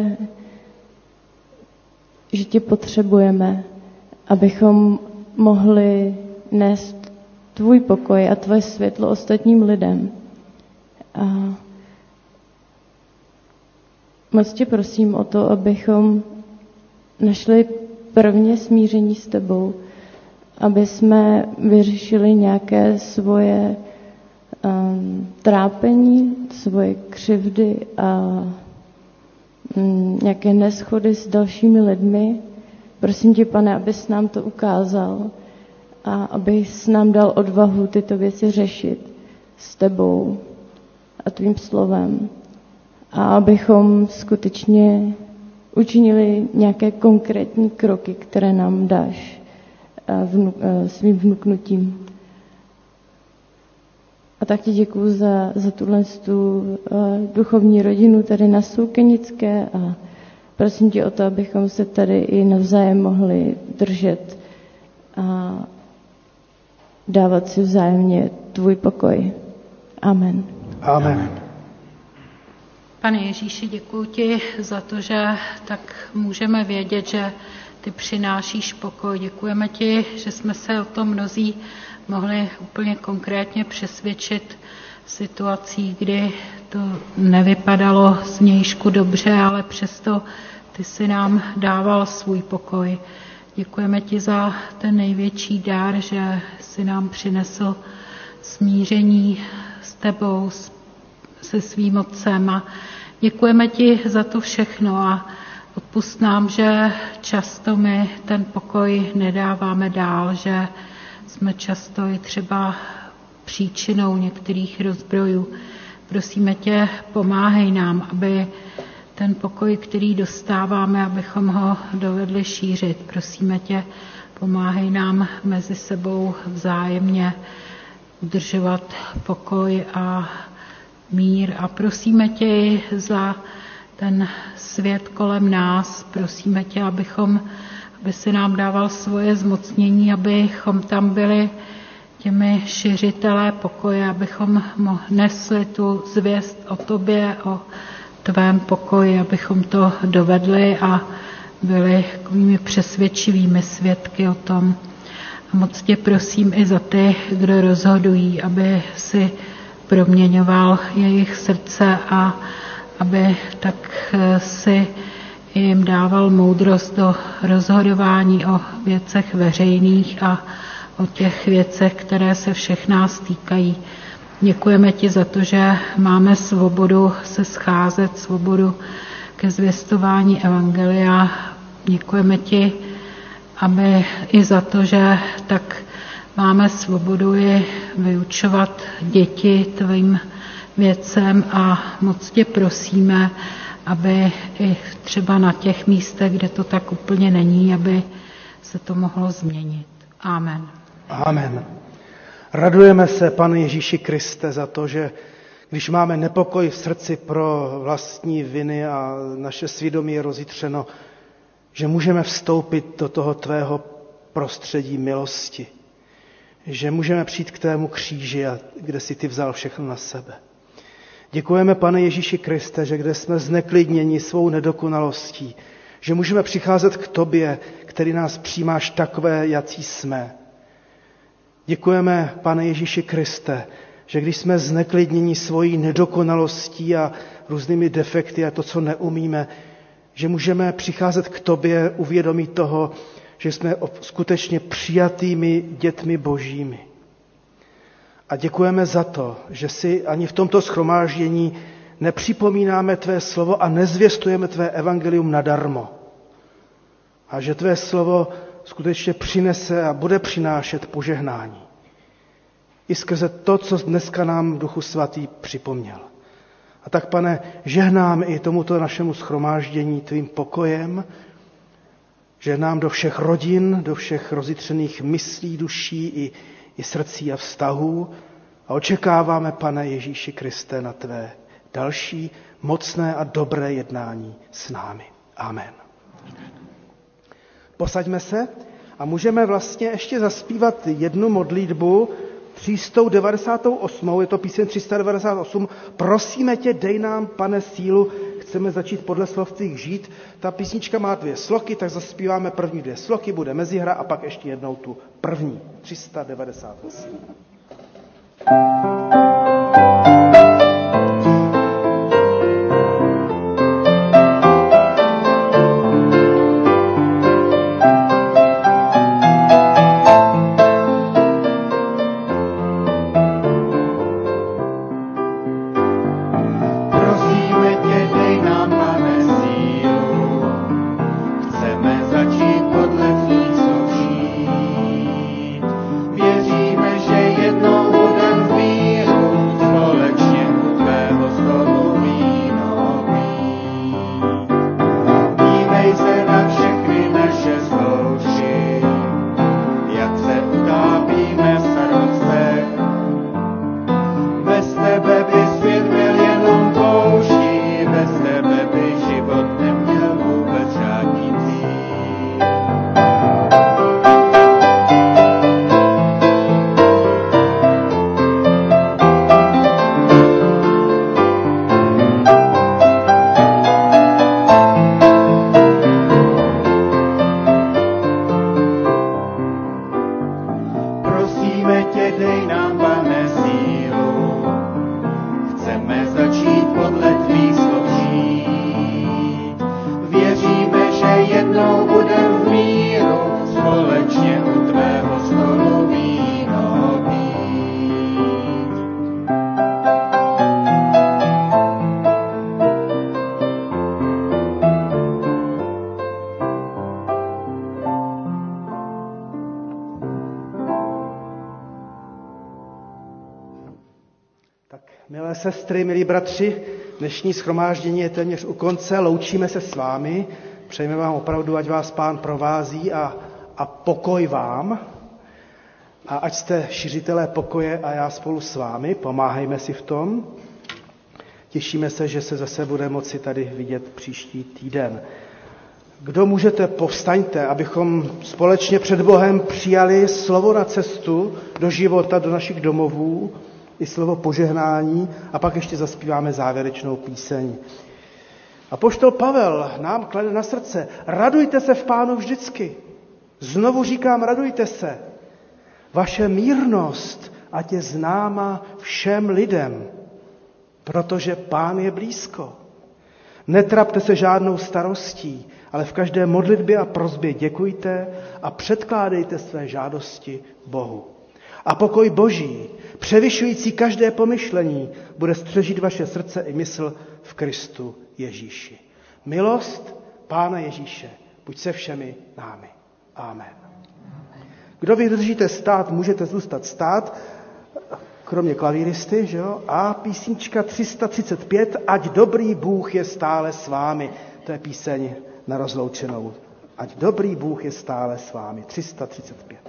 S5: že tě potřebujeme, abychom mohli nést tvůj pokoj a tvoje světlo ostatním lidem. A moc tě prosím o to, abychom našli prvně smíření s tebou, aby jsme vyřešili nějaké svoje um, trápení, svoje křivdy a um, nějaké neshody s dalšími lidmi. Prosím tě, Pane, abys nám to ukázal a abys nám dal odvahu tyto věci řešit s tebou a tvým slovem. A abychom skutečně učinili nějaké konkrétní kroky, které nám dáš vnu, svým vnuknutím. A tak ti děkuju za, za tuhle tu duchovní rodinu tady na Soukenické a prosím tě o to, abychom se tady i navzájem mohli držet a dávat si vzájemně tvůj pokoj. Amen.
S1: Amen.
S6: Pane Ježíši, děkuji ti za to, že tak můžeme vědět, že ty přinášíš pokoj. Děkujeme ti, že jsme se o tom mnozí mohli úplně konkrétně přesvědčit v situacích, kdy to nevypadalo zvnějšku dobře, ale přesto ty jsi nám dával svůj pokoj. Děkujeme ti za ten největší dár, že jsi nám přinesl smíření s tebou, se svým otcem a děkujeme ti za to všechno a odpusť nám, že často my ten pokoj nedáváme dál, že jsme často i třeba příčinou některých rozbrojů. Prosíme tě, pomáhej nám, aby ten pokoj, který dostáváme, abychom ho dovedli šířit. Prosíme tě, pomáhej nám mezi sebou vzájemně udržovat pokoj a mír. A prosíme tě za ten svět kolem nás. Prosíme tě, abychom, aby si nám dával svoje zmocnění, abychom tam byli těmi šiřitelé pokoje, abychom nesli tu zvěst o tobě, o tvém pokoji, abychom to dovedli a byli takovými přesvědčivými svědky o tom. A moc tě prosím i za ty, kdo rozhodují, aby si proměňoval jejich srdce a aby tak si jim dával moudrost do rozhodování o věcech veřejných a o těch věcech, které se všech nás týkají. Děkujeme ti za to, že máme svobodu se scházet, svobodu ke zvěstování evangelia. Děkujeme ti, aby i za to, že tak máme svobodu i vyučovat děti tvým, věcem a moc tě prosíme, aby i třeba na těch místech, kde to tak úplně není, aby se to mohlo změnit. Amen.
S1: Amen. Radujeme se, Pane Ježíši Kriste, za to, že když máme nepokoj v srdci pro vlastní viny a naše svědomí je rozjitřeno, že můžeme vstoupit do toho tvého prostředí milosti. Že můžeme přijít k tvému kříži, kde jsi ty vzal všechno na sebe. Děkujeme, Pane Ježíši Kriste, že kde jsme zneklidněni svou nedokonalostí, že můžeme přicházet k tobě, který nás přijímáš takové, jací jsme. Děkujeme, Pane Ježíši Kriste, že když jsme zneklidněni svojí nedokonalostí a různými defekty a to, co neumíme, že můžeme přicházet k tobě uvědomit toho, že jsme skutečně přijatými dětmi božími. A děkujeme za to, že si ani v tomto shromáždění nepřipomínáme tvé slovo a nezvěstujeme tvé evangelium nadarmo. A že tvé slovo skutečně přinese a bude přinášet požehnání. I skrze to, co dneska nám Duchu Svatý připomněl. A tak, Pane, žehnám i tomuto našemu shromáždění tvým pokojem, žehnám do všech rodin, do všech rozjitřených myslí, duší i, i srdcí a vztahů a očekáváme, Pane Ježíši Kriste, na tvé další mocné a dobré jednání s námi. Amen. Posaďme se a můžeme vlastně ještě zaspívat jednu modlitbu, tři sta devadesát osm, je to píseň tři sta devadesát osm. Prosíme tě, dej nám, Pane, sílu, chceme začít podle slov tvých žít. Ta písnička má dvě sloky, tak zaspíváme první dvě sloky, bude mezihra a pak ještě jednou tu první. tři sta devadesát osm.
S7: Věříme, že jednou budeme v míru
S1: Milé sestry, milí bratři, dnešní shromáždění je téměř u konce, loučíme se s vámi, přejeme vám opravdu, ať vás Pán provází a, a pokoj vám, a ať jste šiřitelé pokoje a já spolu s vámi, pomáhejme si v tom. Těšíme se, že se zase bude moci tady vidět příští týden. Kdo můžete, povstaňte, abychom společně před Bohem přijali slovo na cestu do života, do našich domovů, i slovo požehnání, a pak ještě zaspíváme závěrečnou píseň. Apoštol Pavel nám klade na srdce: radujte se v Pánu vždycky. Znovu říkám, radujte se. Vaše mírnost ať je známa všem lidem, protože Pán je blízko. Netrapte se žádnou starostí, ale v každé modlitbě a prosbě děkujte a předkládejte své žádosti Bohu. A pokoj Boží, převyšující každé pomyšlení, bude střežit vaše srdce i mysl v Kristu Ježíši. Milost Pána Ježíše buď se všemi námi. Amen. Kdo vydržíte stát, můžete zůstat stát. kromě klavíristy, že jo? A písnička tři sta třicet pět, ať dobrý Bůh je stále s vámi. To je píseň na rozloučenou. Ať dobrý Bůh je stále s vámi. tři sta třicet pět.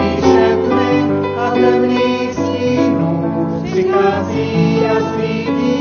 S7: Přichází a svítí